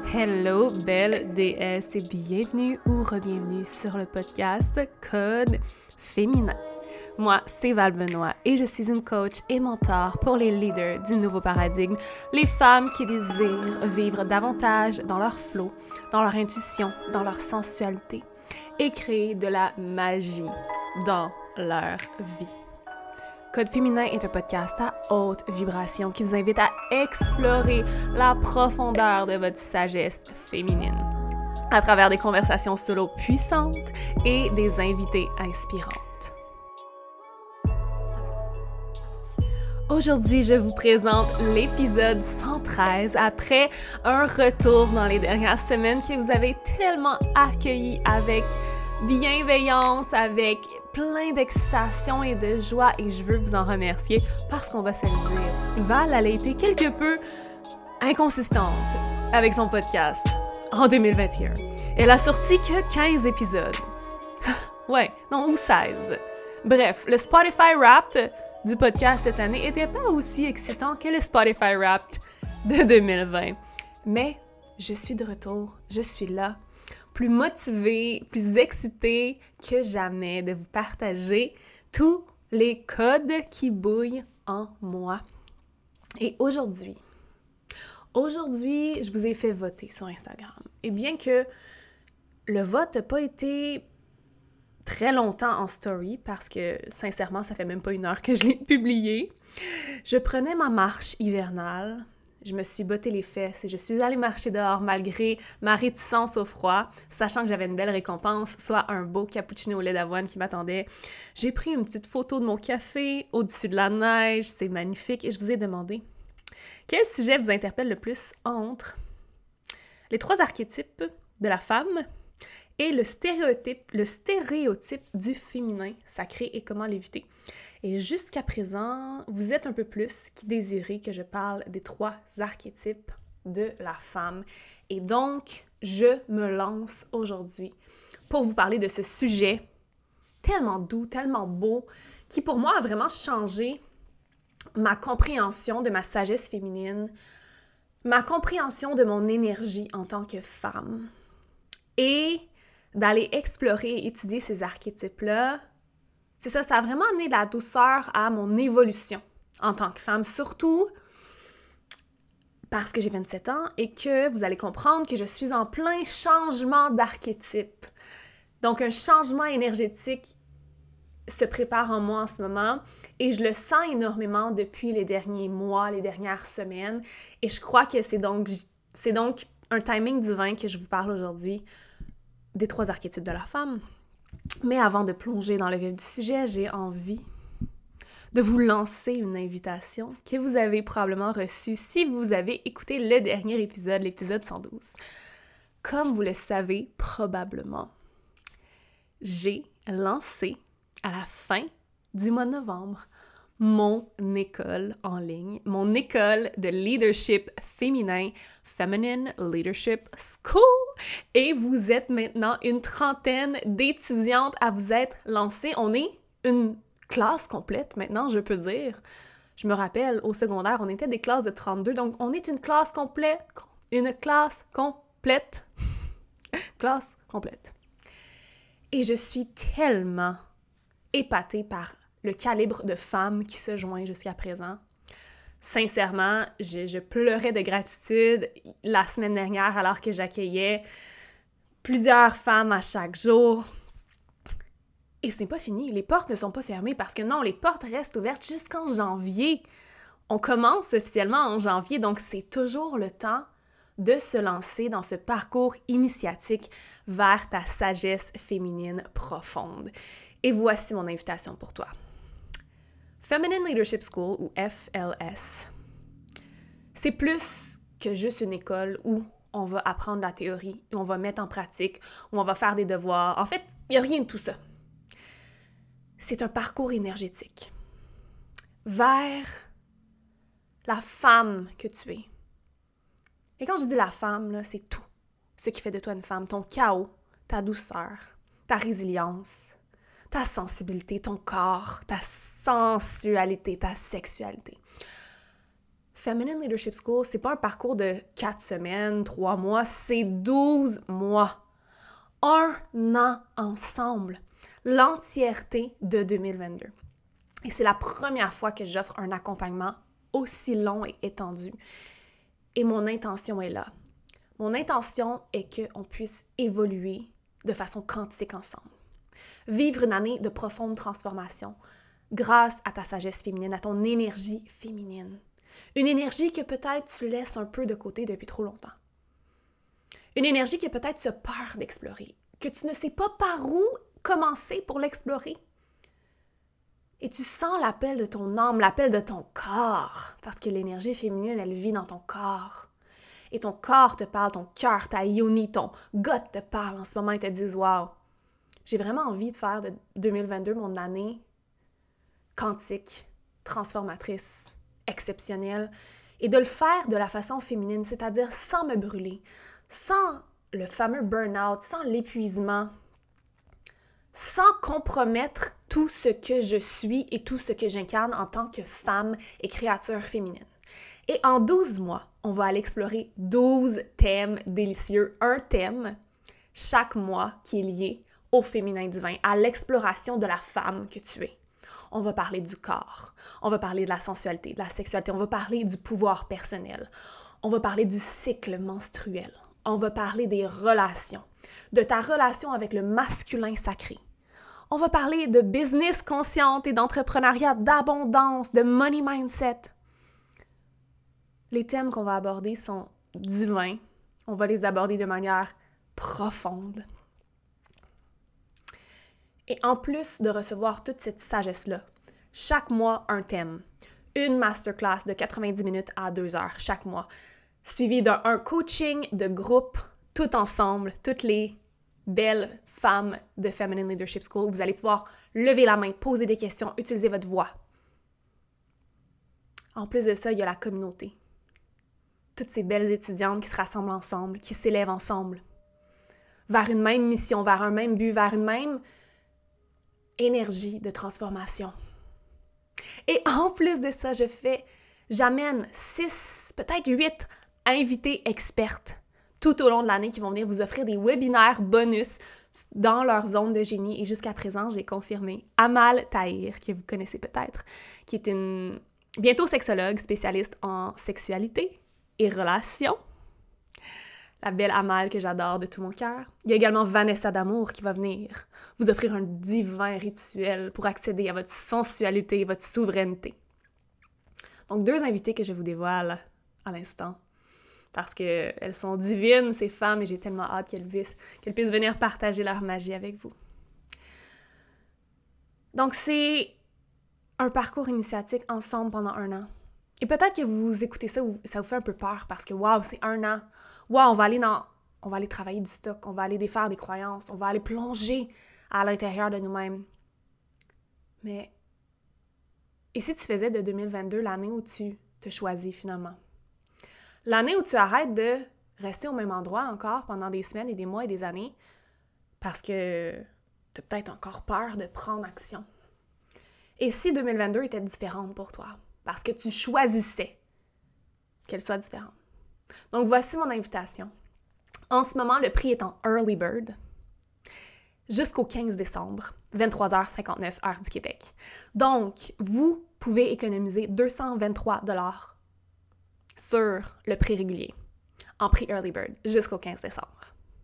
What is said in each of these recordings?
Hello, belle déesse et bienvenue ou re-bienvenue sur le podcast Code féminin. Moi, c'est Val Benoît et je suis une coach et mentor pour les leaders du nouveau paradigme, les femmes qui désirent vivre davantage dans leur flow, dans leur intuition, dans leur sensualité et créer de la magie dans leur vie. Code féminin est un podcast à haute vibration qui vous invite à explorer la profondeur de votre sagesse féminine à travers des conversations solo puissantes et des invités inspirantes. Aujourd'hui, je vous présente l'épisode 113 après un retour dans les dernières semaines que vous avez tellement accueilli avec bienveillance, avec plein d'excitation et de joie, et je veux vous en remercier parce qu'on va se le dire. Val, elle a été quelque peu inconsistante avec son podcast en 2021. Elle a sorti que 15 épisodes. Ouais, non, ou 16. Bref, le Spotify Wrapped du podcast cette année n'était pas aussi excitant que le Spotify Wrapped de 2020. Mais je suis de retour, je suis là, plus motivée, plus excitée que jamais de vous partager tous les codes qui bouillent en moi. Et aujourd'hui, je vous ai fait voter sur Instagram. Et bien que le vote n'a pas été très longtemps en story, parce que sincèrement, ça fait même pas 1 heure que je l'ai publié, je prenais ma marche hivernale. Je me suis botté les fesses et je suis allée marcher dehors malgré ma réticence au froid, sachant que j'avais une belle récompense, soit un beau cappuccino au lait d'avoine qui m'attendait. J'ai pris une petite photo de mon café au-dessus de la neige, c'est magnifique, et je vous ai demandé quel sujet vous interpelle le plus entre les 3 archétypes de la femme et le stéréotype du féminin sacré et comment l'éviter. Et jusqu'à présent, vous êtes un peu plus qui désirez que je parle des 3 archétypes de la femme. Et donc, je me lance aujourd'hui pour vous parler de ce sujet tellement doux, tellement beau, qui pour moi a vraiment changé ma compréhension de ma sagesse féminine, ma compréhension de mon énergie en tant que femme. Et d'aller explorer et étudier ces archétypes-là, c'est ça, ça a vraiment amené de la douceur à mon évolution en tant que femme, surtout parce que j'ai 27 ans et que vous allez comprendre que je suis en plein changement d'archétype. Donc, un changement énergétique se prépare en moi en ce moment et je le sens énormément depuis les derniers mois, les dernières semaines, et je crois que c'est donc un timing divin que je vous parle aujourd'hui des 3 archétypes de la femme. Mais avant de plonger dans le vif du sujet, j'ai envie de vous lancer une invitation que vous avez probablement reçue si vous avez écouté le dernier épisode, l'épisode 112. Comme vous le savez probablement, j'ai lancé à la fin du mois de novembre mon école en ligne, mon école de leadership féminin, Feminine Leadership School. Et vous êtes maintenant une trentaine d'étudiantes à vous être lancées. On est une classe complète maintenant, je peux dire. Je me rappelle, au secondaire, on était des classes de 32, donc on est une classe complète. Une classe complète. Classe complète. Et je suis tellement épatée par le calibre de femmes qui se joint jusqu'à présent. Sincèrement, je pleurais de gratitude la semaine dernière alors que j'accueillais plusieurs femmes à chaque jour. Et ce n'est pas fini, les portes ne sont pas fermées parce que non, les portes restent ouvertes jusqu'en janvier. On commence officiellement en janvier, donc c'est toujours le temps de se lancer dans ce parcours initiatique vers ta sagesse féminine profonde. Et voici mon invitation pour toi. Feminine Leadership School, ou FLS, c'est plus que juste une école où on va apprendre la théorie, où on va mettre en pratique, où on va faire des devoirs. En fait, il n'y a rien de tout ça. C'est un parcours énergétique vers la femme que tu es. Et quand je dis la femme, là, c'est tout ce qui fait de toi une femme. Ton chaos, ta douceur, ta résilience, ta sensibilité, ton corps, ta sensualité, ta sexualité. Feminine Leadership School, c'est pas un parcours de 4 semaines, 3 mois, c'est 12 mois. 1 an ensemble. L'entièreté de 2022. Et c'est la première fois que j'offre un accompagnement aussi long et étendu. Et mon intention est là. Mon intention est qu'on puisse évoluer de façon quantique ensemble. Vivre une année de profonde transformation grâce à ta sagesse féminine, à ton énergie féminine. Une énergie que peut-être tu laisses un peu de côté depuis trop longtemps. Une énergie que peut-être tu as peur d'explorer, que tu ne sais pas par où commencer pour l'explorer. Et tu sens l'appel de ton âme, l'appel de ton corps, parce que l'énergie féminine, elle vit dans ton corps. Et ton corps te parle, ton cœur, ta yoni, ton gut te parle en ce moment et te disent « Wow, j'ai vraiment envie de faire de 2022 mon année quantique, transformatrice, exceptionnelle, et de le faire de la façon féminine, c'est-à-dire sans me brûler, sans le fameux burn-out, sans l'épuisement, sans compromettre tout ce que je suis et tout ce que j'incarne en tant que femme et créature féminine. Et en 12 mois, on va aller explorer 12 thèmes délicieux, un thème chaque mois qui est lié au féminin divin, à l'exploration de la femme que tu es. On va parler du corps, on va parler de la sensualité, de la sexualité, on va parler du pouvoir personnel, on va parler du cycle menstruel, on va parler des relations, de ta relation avec le masculin sacré. On va parler de business consciente et d'entrepreneuriat, d'abondance, de money mindset. Les thèmes qu'on va aborder sont divins. On va les aborder de manière profonde. Et en plus de recevoir toute cette sagesse-là, chaque mois, un thème. Une masterclass de 90 minutes à 2 heures chaque mois, suivi d'un coaching de groupe, tout ensemble, toutes les belles femmes de Feminine Leadership School. Vous allez pouvoir lever la main, poser des questions, utiliser votre voix. En plus de ça, il y a la communauté. Toutes ces belles étudiantes qui se rassemblent ensemble, qui s'élèvent ensemble, vers une même mission, vers un même but, vers une même énergie de transformation. Et en plus de ça, j'amène 6, peut-être 8 invités expertes tout au long de l'année qui vont venir vous offrir des webinaires bonus dans leur zone de génie. Et jusqu'à présent, j'ai confirmé Amal Tahir, que vous connaissez peut-être, qui est une bientôt sexologue spécialiste en sexualité et relations. La belle Amal que j'adore de tout mon cœur. Il y a également Vanessa Damour qui va venir vous offrir un divin rituel pour accéder à votre sensualité et votre souveraineté. Donc, 2 invités que je vous dévoile à l'instant. Parce qu'elles sont divines, ces femmes, et j'ai tellement hâte qu'elles puissent venir partager leur magie avec vous. Donc, c'est un parcours initiatique ensemble pendant 1 an. Et peut-être que vous écoutez ça, ça vous fait un peu peur parce que, wow, c'est 1 an. Wow, on va aller travailler du stock, on va aller défaire des croyances, on va aller plonger à l'intérieur de nous-mêmes. Mais, et si tu faisais de 2022 l'année où tu te choisis finalement? L'année où tu arrêtes de rester au même endroit encore pendant des semaines et des mois et des années parce que tu as peut-être encore peur de prendre action. Et si 2022 était différente pour toi? Parce que tu choisissais qu'elle soit différente. Donc, voici mon invitation. En ce moment, le prix est en Early Bird jusqu'au 15 décembre, 23h59, heure du Québec. Donc, vous pouvez économiser 223 $ sur le prix régulier, en prix Early Bird, jusqu'au 15 décembre.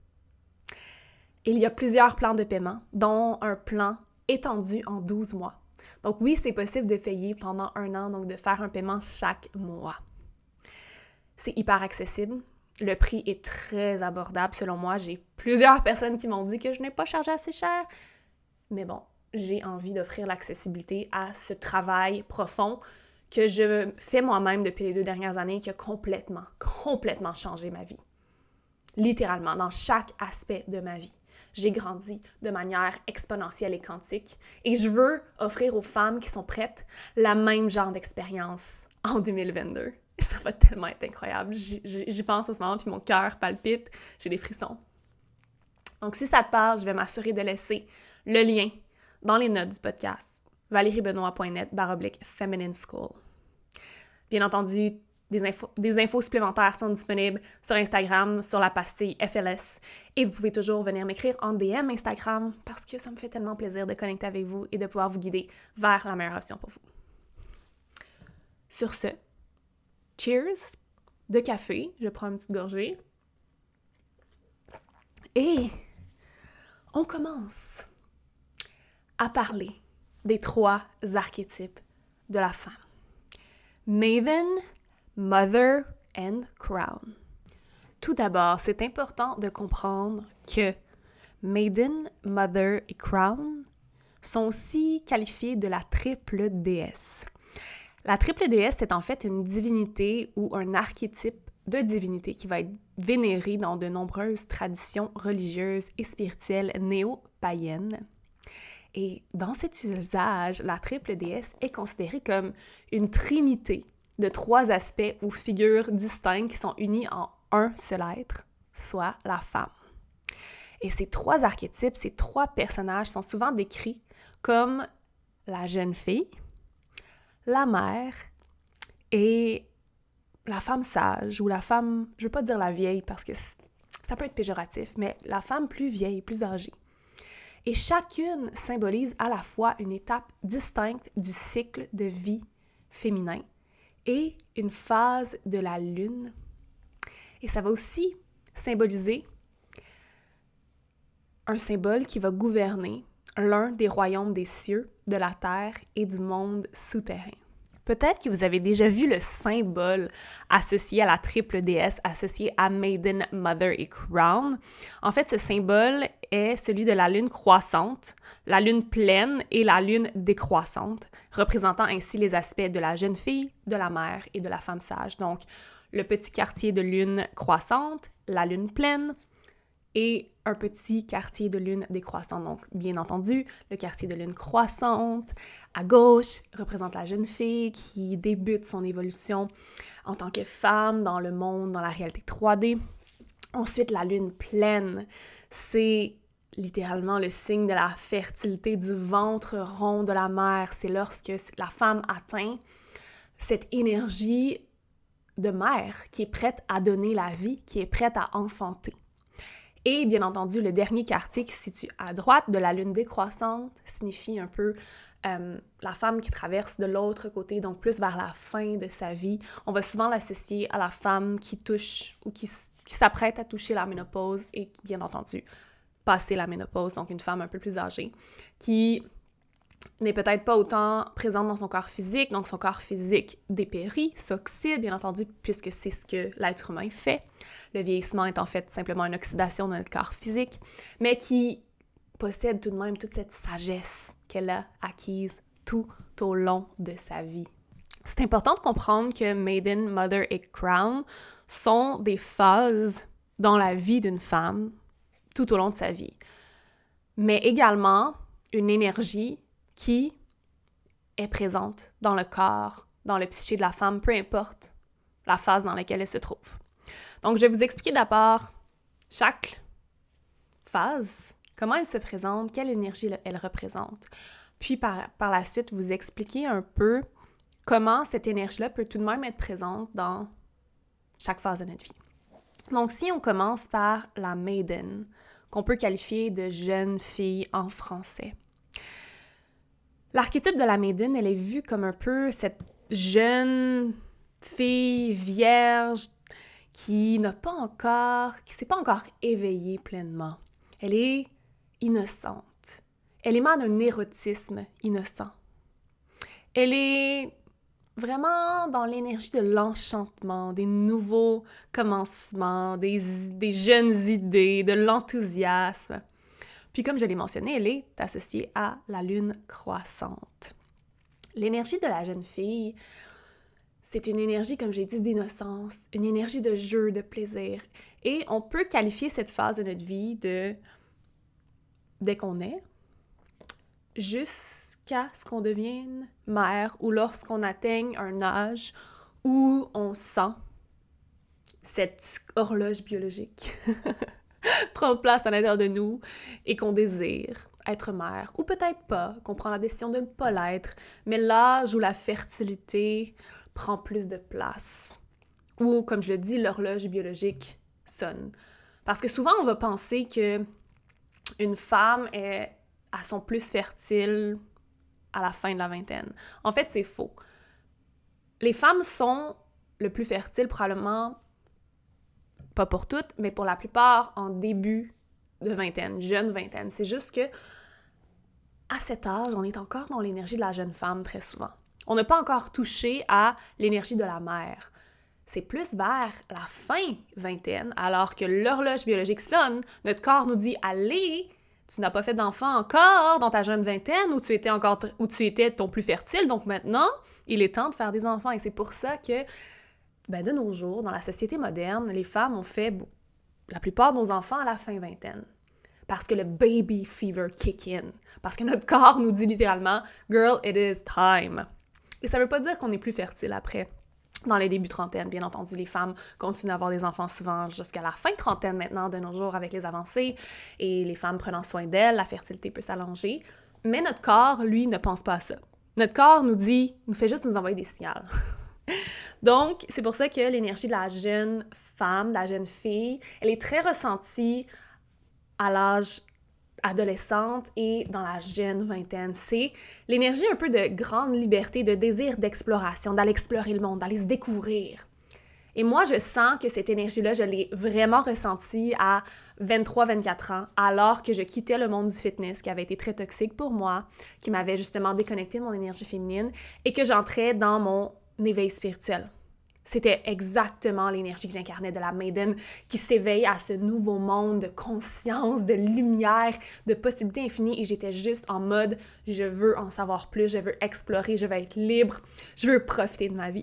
Il y a plusieurs plans de paiement, dont un plan étendu en 12 mois. Donc oui, c'est possible de payer pendant 1 an, donc de faire un paiement chaque mois. C'est hyper accessible. Le prix est très abordable, selon moi. J'ai plusieurs personnes qui m'ont dit que je n'ai pas chargé assez cher. Mais bon, j'ai envie d'offrir l'accessibilité à ce travail profond que je fais moi-même depuis les 2 dernières années, qui a complètement changé ma vie. Littéralement, dans chaque aspect de ma vie. J'ai grandi de manière exponentielle et quantique et je veux offrir aux femmes qui sont prêtes la même genre d'expérience en 2022. Et ça va tellement être incroyable. J'y pense en ce moment, puis mon cœur palpite, j'ai des frissons. Donc, si ça te parle, je vais m'assurer de laisser le lien dans les notes du podcast, valeriebenoit.net/Feminine School. Bien entendu, Des infos supplémentaires sont disponibles sur Instagram, sur la pastille FLS. Et vous pouvez toujours venir m'écrire en DM Instagram parce que ça me fait tellement plaisir de connecter avec vous et de pouvoir vous guider vers la meilleure option pour vous. Sur ce, cheers de café. Je prends une petite gorgée. Et on commence à parler des 3 archétypes de la femme. Maiden, Mother and Crown. Tout d'abord, c'est important de comprendre que Maiden, Mother et Crown sont aussi qualifiés de la triple déesse. La triple déesse, c'est en fait une divinité ou un archétype de divinité qui va être vénéré dans de nombreuses traditions religieuses et spirituelles néo-païennes. Et dans cet usage, la triple déesse est considérée comme une trinité de 3 aspects ou figures distinctes qui sont unies en un seul être, soit la femme. Et ces 3 archétypes, ces 3 personnages sont souvent décrits comme la jeune fille, la mère et la femme sage ou la femme, je ne veux pas dire la vieille parce que ça peut être péjoratif, mais la femme plus vieille, plus âgée. Et chacune symbolise à la fois une étape distincte du cycle de vie féminin et une phase de la lune. Et ça va aussi symboliser un symbole qui va gouverner l'un des royaumes des cieux, de la terre et du monde souterrain. Peut-être que vous avez déjà vu le symbole associé à la triple déesse, associé à Maiden, Mother et Crown. En fait, ce symbole est celui de la lune croissante, la lune pleine et la lune décroissante, représentant ainsi les aspects de la jeune fille, de la mère et de la femme sage. Donc, le petit quartier de lune croissante, la lune pleine, et un petit quartier de lune décroissante. Donc, bien entendu, le quartier de lune croissante, à gauche, représente la jeune fille qui débute son évolution en tant que femme dans le monde, dans la réalité 3D. Ensuite, la lune pleine, c'est littéralement le signe de la fertilité du ventre rond de la mère. C'est lorsque la femme atteint cette énergie de mère qui est prête à donner la vie, qui est prête à enfanter. Et bien entendu, le dernier quartier qui se situe à droite de la lune décroissante signifie un peu la femme qui traverse de l'autre côté, donc plus vers la fin de sa vie. On va souvent l'associer à la femme qui touche ou qui s'apprête à toucher la ménopause et qui, bien entendu, passer la ménopause, donc une femme un peu plus âgée, qui n'est peut-être pas autant présente dans son corps physique, donc son corps physique dépérit, s'oxyde, bien entendu, puisque c'est ce que l'être humain fait. Le vieillissement est en fait simplement une oxydation de notre corps physique, mais qui possède tout de même toute cette sagesse qu'elle a acquise tout au long de sa vie. C'est important de comprendre que Maiden, Mother et Crown sont des phases dans la vie d'une femme tout au long de sa vie, mais également une énergie qui est présente dans le corps, dans le psyché de la femme, peu importe la phase dans laquelle elle se trouve. Donc, je vais vous expliquer d'abord chaque phase, comment elle se présente, quelle énergie elle représente. Puis, par la suite, vous expliquer un peu comment cette énergie-là peut tout de même être présente dans chaque phase de notre vie. Donc, si on commence par la Maiden, qu'on peut qualifier de jeune fille en français. L'archétype de la Maiden, elle est vue comme un peu cette jeune fille vierge qui s'est pas encore éveillée pleinement. Elle est innocente. Elle émane un érotisme innocent. Elle est vraiment dans l'énergie de l'enchantement, des nouveaux commencements, des jeunes idées, de l'enthousiasme. Puis comme je l'ai mentionné, elle est associée à la lune croissante. L'énergie de la jeune fille, c'est une énergie, comme j'ai dit, d'innocence, une énergie de jeu, de plaisir. Et on peut qualifier cette phase de notre vie de dès qu'on est, jusqu'à ce qu'on devienne mère ou lorsqu'on atteigne un âge où on sent cette horloge biologique prendre place à l'intérieur de nous et qu'on désire être mère, ou peut-être pas, qu'on prend la décision de ne pas l'être, mais l'âge où la fertilité prend plus de place. où, comme je le dis, l'horloge biologique sonne. Parce que souvent, on va penser que une femme est à son plus fertile à la fin de la vingtaine. En fait, c'est faux. Les femmes sont le plus fertiles probablement, pas pour toutes, mais pour la plupart en début de vingtaine, jeune vingtaine. C'est juste que à cet âge, on est encore dans l'énergie de la jeune femme très souvent. On n'a pas encore touché à l'énergie de la mère. C'est plus vers la fin vingtaine, alors que l'horloge biologique sonne, notre corps nous dit « Allez, tu n'as pas fait d'enfant encore dans ta jeune vingtaine où tu étais ton plus fertile, donc maintenant, il est temps de faire des enfants. » Et c'est pour ça que, de nos jours, dans la société moderne, les femmes ont fait la plupart de nos enfants à la fin vingtaine. Parce que le baby fever kick in. Parce que notre corps nous dit littéralement « Girl, it is time ». Et ça ne veut pas dire qu'on est plus fertile après. Dans les débuts trentaine, bien entendu, les femmes continuent à avoir des enfants souvent jusqu'à la fin trentaine maintenant de nos jours avec les avancées et les femmes prenant soin d'elles, la fertilité peut s'allonger. Mais notre corps, lui, ne pense pas à ça. Notre corps nous fait juste nous envoyer des signaux. Donc, c'est pour ça que l'énergie de la jeune femme, de la jeune fille, elle est très ressentie à l'âge adolescente et dans la jeune vingtaine. C'est l'énergie un peu de grande liberté, de désir d'exploration, d'aller explorer le monde, d'aller se découvrir. Et moi, je sens que cette énergie-là, je l'ai vraiment ressentie à 23-24 ans, alors que je quittais le monde du fitness, qui avait été très toxique pour moi, qui m'avait justement déconnecté de mon énergie féminine, et que j'entrais dans mon éveil spirituel. C'était exactement l'énergie que j'incarnais de la Maiden qui s'éveille à ce nouveau monde de conscience, de lumière, de possibilités infinies et j'étais juste en mode « je veux en savoir plus, je veux explorer, je veux être libre, je veux profiter de ma vie ».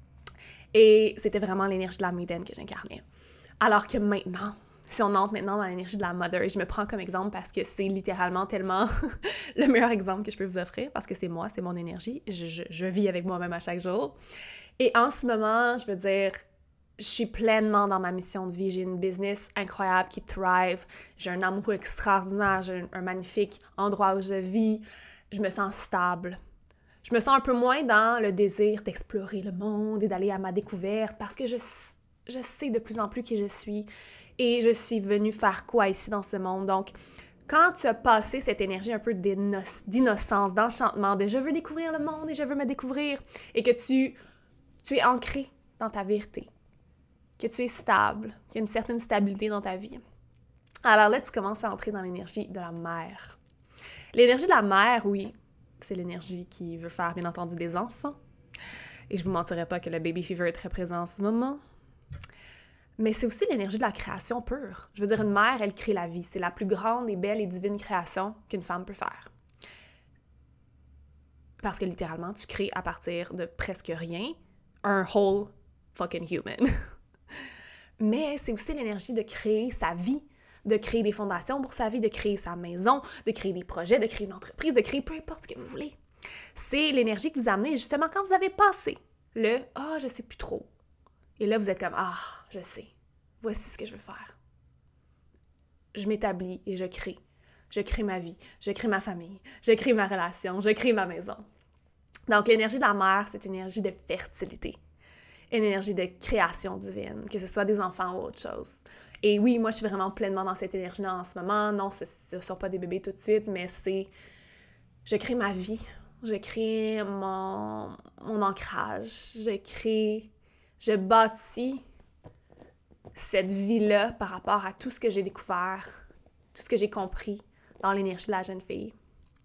Et c'était vraiment l'énergie de la Maiden que j'incarnais. Alors que maintenant, si on entre maintenant dans l'énergie de la Mother, et je me prends comme exemple parce que c'est littéralement tellement le meilleur exemple que je peux vous offrir parce que c'est moi, c'est mon énergie, je vis avec moi-même à chaque jour. Et en ce moment, je veux dire, je suis pleinement dans ma mission de vie. J'ai une business incroyable qui thrive. J'ai un amour extraordinaire. J'ai un magnifique endroit où je vis. Je me sens stable. Je me sens un peu moins dans le désir d'explorer le monde et d'aller à ma découverte parce que je sais de plus en plus qui je suis et je suis venue faire quoi ici dans ce monde. Donc, quand tu as passé cette énergie un peu d'innocence, d'enchantement, de « je veux découvrir le monde et je veux me découvrir » et que tu es ancré dans ta vérité, que tu es stable, qu'il y a une certaine stabilité dans ta vie. Alors là, tu commences à entrer dans l'énergie de la mère. L'énergie de la mère, oui, c'est l'énergie qui veut faire, bien entendu, des enfants. Et je vous mentirai pas que le baby fever est très présent en ce moment. Mais c'est aussi l'énergie de la création pure. Je veux dire, une mère, elle crée la vie. C'est la plus grande et belle et divine création qu'une femme peut faire. Parce que littéralement, tu crées à partir de presque rien un whole fucking human. Mais c'est aussi l'énergie de créer sa vie, de créer des fondations pour sa vie, de créer sa maison, de créer des projets, de créer une entreprise, de créer peu importe ce que vous voulez. C'est l'énergie que vous amenez justement quand vous avez passé le « Ah, je sais plus trop ». Et là, vous êtes comme « Ah, je sais, voici ce que je veux faire ». Je m'établis et je crée. Je crée ma vie, je crée ma famille, je crée ma relation, je crée ma maison. Donc, l'énergie de la mère, c'est une énergie de fertilité, une énergie de création divine, que ce soit des enfants ou autre chose. Et oui, moi, je suis vraiment pleinement dans cette énergie-là en ce moment. Non, ce ne sont pas des bébés tout de suite, mais c'est... Je crée ma vie, je crée mon ancrage, je bâtis cette vie-là par rapport à tout ce que j'ai découvert, tout ce que j'ai compris dans l'énergie de la jeune fille.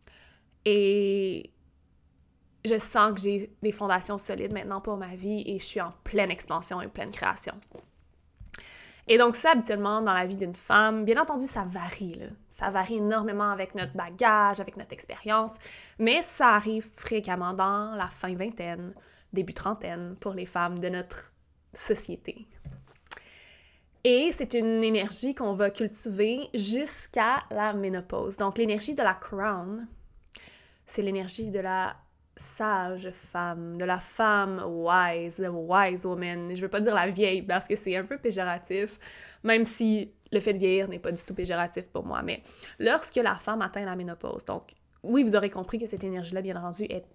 Et je sens que j'ai des fondations solides maintenant pour ma vie et je suis en pleine expansion et pleine création. Et donc ça, habituellement, dans la vie d'une femme, bien entendu, ça varie, là. Ça varie énormément avec notre bagage, avec notre expérience, mais ça arrive fréquemment dans la fin vingtaine, début trentaine, pour les femmes de notre société. Et c'est une énergie qu'on va cultiver jusqu'à la ménopause. Donc l'énergie de la crown, c'est l'énergie de la sage femme, de la femme wise, the wise woman. Je veux pas dire la vieille parce que c'est un peu péjoratif, même si le fait de vieillir n'est pas du tout péjoratif pour moi. Mais lorsque la femme atteint la ménopause, donc oui, vous aurez compris que cette énergie-là, bien entendu, est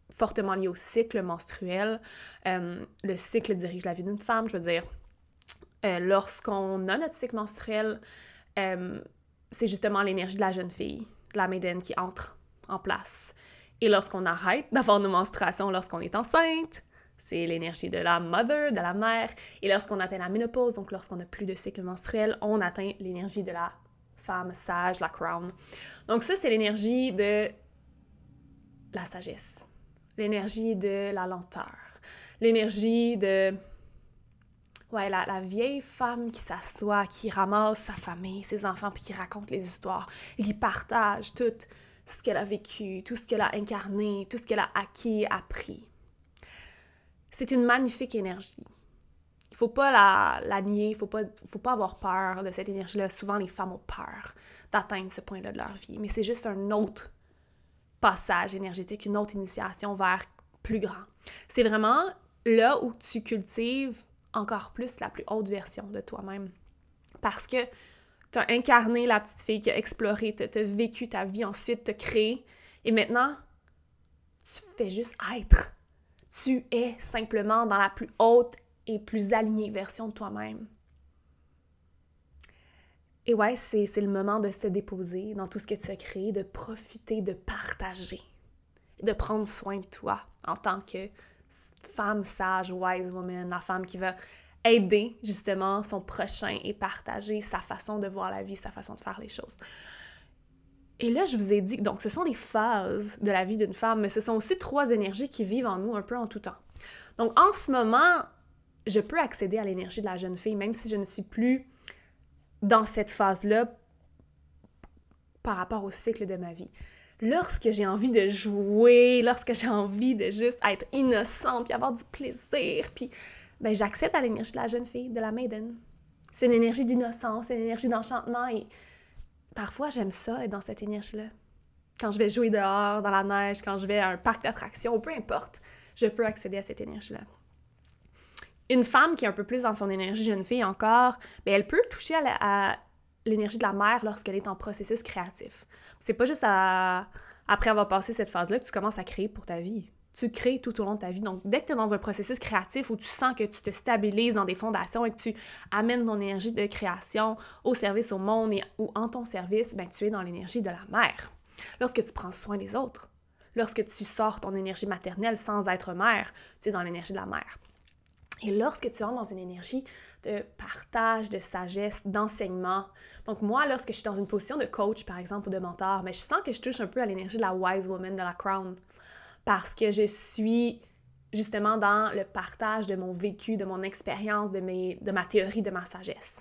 fortement lié au cycle menstruel. Le cycle dirige la vie d'une femme, je veux dire. Lorsqu'on a notre cycle menstruel, c'est justement l'énergie de la jeune fille, de la maiden qui entre en place. Et lorsqu'on arrête d'avoir nos menstruations lorsqu'on est enceinte, c'est l'énergie de la mother, de la mère. Et lorsqu'on atteint la ménopause, donc lorsqu'on n'a plus de cycle menstruel, on atteint l'énergie de la femme sage, la crown. Donc ça, c'est l'énergie de la sagesse, l'énergie de la lenteur, l'énergie de... Ouais, la vieille femme qui s'assoit, qui ramasse sa famille, ses enfants, puis qui raconte les histoires, et qui partage tout ce qu'elle a vécu, tout ce qu'elle a incarné, tout ce qu'elle a acquis, appris. C'est une magnifique énergie. Il faut pas la nier, il faut pas avoir peur de cette énergie-là. Souvent, les femmes ont peur d'atteindre ce point-là de leur vie, mais c'est juste un autre passage énergétique, une autre initiation vers plus grand. C'est vraiment là où tu cultives encore plus la plus haute version de toi-même. Parce que tu as incarné la petite fille qui a exploré, tu as vécu ta vie, ensuite tu as créé, et maintenant, tu fais juste être. Tu es simplement dans la plus haute et plus alignée version de toi-même. Et ouais, c'est le moment de se déposer dans tout ce que tu as créé, de profiter, de partager, de prendre soin de toi en tant que femme sage, wise woman, la femme qui va aider justement son prochain et partager sa façon de voir la vie, sa façon de faire les choses. Et là, je vous ai dit, donc ce sont des phases de la vie d'une femme, mais ce sont aussi 3 énergies qui vivent en nous un peu en tout temps. Donc en ce moment, je peux accéder à l'énergie de la jeune fille, même si je ne suis plus dans cette phase-là par rapport au cycle de ma vie. Lorsque j'ai envie de jouer, lorsque j'ai envie de juste être innocente, puis avoir du plaisir, puis j'accède à l'énergie de la jeune fille, de la maiden. C'est une énergie d'innocence, c'est une énergie d'enchantement, et parfois j'aime ça, être dans cette énergie-là. Quand je vais jouer dehors, dans la neige, quand je vais à un parc d'attractions, peu importe, je peux accéder à cette énergie-là. Une femme qui est un peu plus dans son énergie jeune fille encore, elle peut toucher à l'énergie de la mère lorsqu'elle est en processus créatif. C'est pas juste après avoir passé cette phase-là que tu commences à créer pour ta vie. Tu crées tout au long de ta vie. Donc, dès que tu es dans un processus créatif où tu sens que tu te stabilises dans des fondations et que tu amènes ton énergie de création au service au monde ou en ton service, tu es dans l'énergie de la mère. Lorsque tu prends soin des autres, lorsque tu sors ton énergie maternelle sans être mère, tu es dans l'énergie de la mère. Et lorsque tu entres dans une énergie de partage, de sagesse, d'enseignement, donc moi, lorsque je suis dans une position de coach, par exemple, ou de mentor, je sens que je touche un peu à l'énergie de la wise woman, de la crown, parce que je suis justement dans le partage de mon vécu, de mon expérience, de ma théorie, de ma sagesse.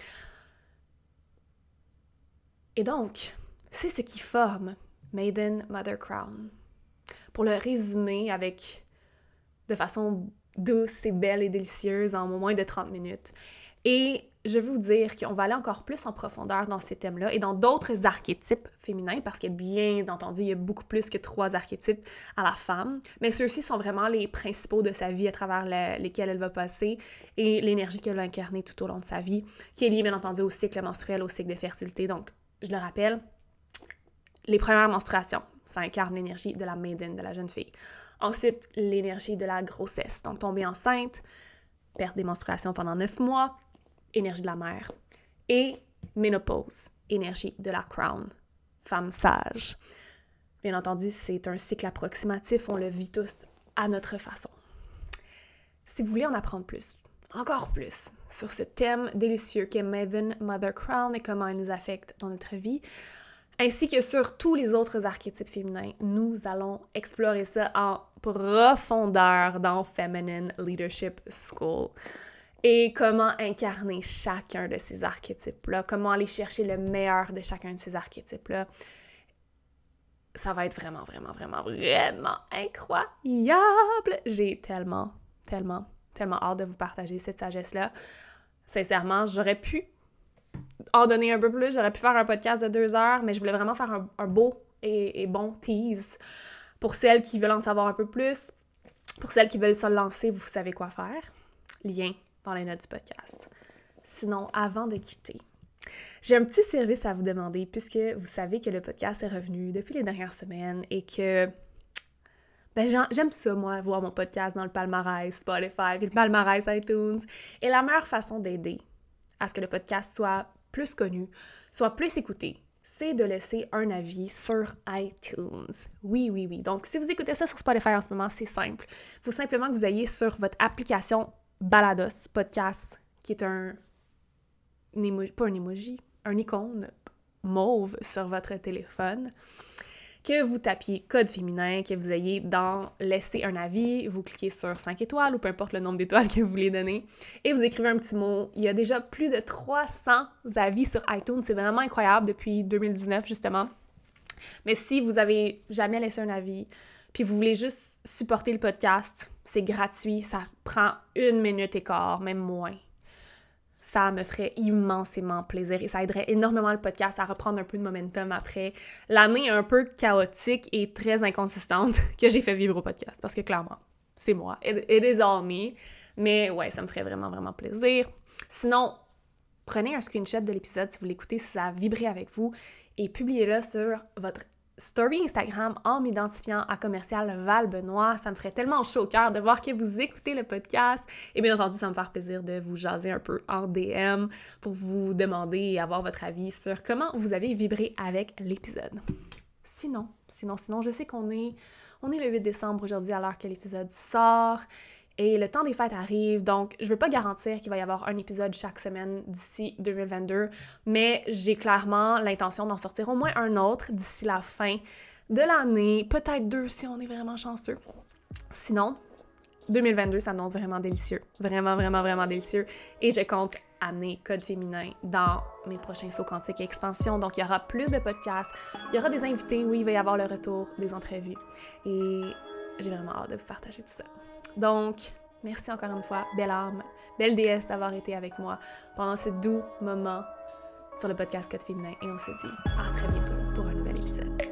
Et donc, c'est ce qui forme Maiden, Mother, Crown. Pour le résumer de façon douce et belle et délicieuse en moins de 30 minutes. Et je veux vous dire qu'on va aller encore plus en profondeur dans ces thèmes-là et dans d'autres archétypes féminins, parce que bien entendu, il y a beaucoup plus que 3 archétypes à la femme, mais ceux-ci sont vraiment les principaux de sa vie à travers lesquels elle va passer et l'énergie qu'elle va incarner tout au long de sa vie, qui est liée bien entendu au cycle menstruel, au cycle de fertilité. Donc, je le rappelle, les premières menstruations, ça incarne l'énergie de la maiden, de la jeune fille. Ensuite, l'énergie de la grossesse, donc tomber enceinte, perte des menstruations pendant 9 mois, énergie de la mère. Et ménopause, énergie de la crown, femme sage. Bien entendu, c'est un cycle approximatif, on le vit tous à notre façon. Si vous voulez en apprendre plus, encore plus, sur ce thème délicieux qu'est Maiden, Mother, Crown et comment elle nous affecte dans notre vie, ainsi que sur tous les autres archétypes féminins, nous allons explorer ça en profondeur dans Feminine Leadership School. Et comment incarner chacun de ces archétypes-là, comment aller chercher le meilleur de chacun de ces archétypes-là. Ça va être vraiment, vraiment, vraiment, vraiment incroyable! J'ai tellement hâte de vous partager cette sagesse-là. Sincèrement, j'aurais pu en donner un peu plus, j'aurais pu faire un podcast de 2 heures, mais je voulais vraiment faire un beau et bon tease pour celles qui veulent en savoir un peu plus. Pour celles qui veulent se lancer, vous savez quoi faire. Lien dans les notes du podcast. Sinon, avant de quitter, j'ai un petit service à vous demander, puisque vous savez que le podcast est revenu depuis les dernières semaines et que Ben, j'aime ça, moi, voir mon podcast dans le palmarès Spotify, puis le palmarès iTunes. Et la meilleure façon d'aider à ce que le podcast soit plus connu, soit plus écouté, c'est de laisser un avis sur iTunes. Oui, oui, oui. Donc, si vous écoutez ça sur Spotify en ce moment, c'est simple. Il faut simplement que vous ayez sur votre application Balados Podcast, qui est un icône mauve sur votre téléphone, que vous tapiez code féminin, que vous ayez dans laisser un avis, vous cliquez sur 5 étoiles ou peu importe le nombre d'étoiles que vous voulez donner et vous écrivez un petit mot. Il y a déjà plus de 300 avis sur iTunes, c'est vraiment incroyable depuis 2019 justement. Mais si vous avez jamais laissé un avis, puis vous voulez juste supporter le podcast, c'est gratuit, ça prend 1 minute et quart, même moins. Ça me ferait immensément plaisir et ça aiderait énormément le podcast à reprendre un peu de momentum après l'année un peu chaotique et très inconsistante que j'ai fait vivre au podcast. Parce que clairement, c'est moi. It is all me. Mais ouais, ça me ferait vraiment, vraiment plaisir. Sinon, prenez un screenshot de l'épisode si vous l'écoutez, si ça a vibré avec vous et publiez-le sur votre story Instagram en m'identifiant à commercial Val Benoît. Ça me ferait tellement chaud au cœur de voir que vous écoutez le podcast. Et bien entendu, ça me fait plaisir de vous jaser un peu en DM pour vous demander et avoir votre avis sur comment vous avez vibré avec l'épisode. Sinon, je sais qu'on est le 8 décembre aujourd'hui à l'heure que l'épisode sort. Et le temps des fêtes arrive, donc je ne veux pas garantir qu'il va y avoir un épisode chaque semaine d'ici 2022, mais j'ai clairement l'intention d'en sortir au moins un autre d'ici la fin de l'année, peut-être 2 si on est vraiment chanceux. Sinon, 2022 s'annonce vraiment délicieux, vraiment, vraiment, vraiment délicieux, et je compte amener Code féminin dans mes prochains sauts quantiques et expansions, donc il y aura plus de podcasts, il y aura des invités, oui, il va y avoir le retour des entrevues, et j'ai vraiment hâte de vous partager tout ça. Donc, merci encore une fois, belle âme, belle déesse d'avoir été avec moi pendant ce doux moment sur le podcast Code féminin et on se dit à très bientôt pour un nouvel épisode.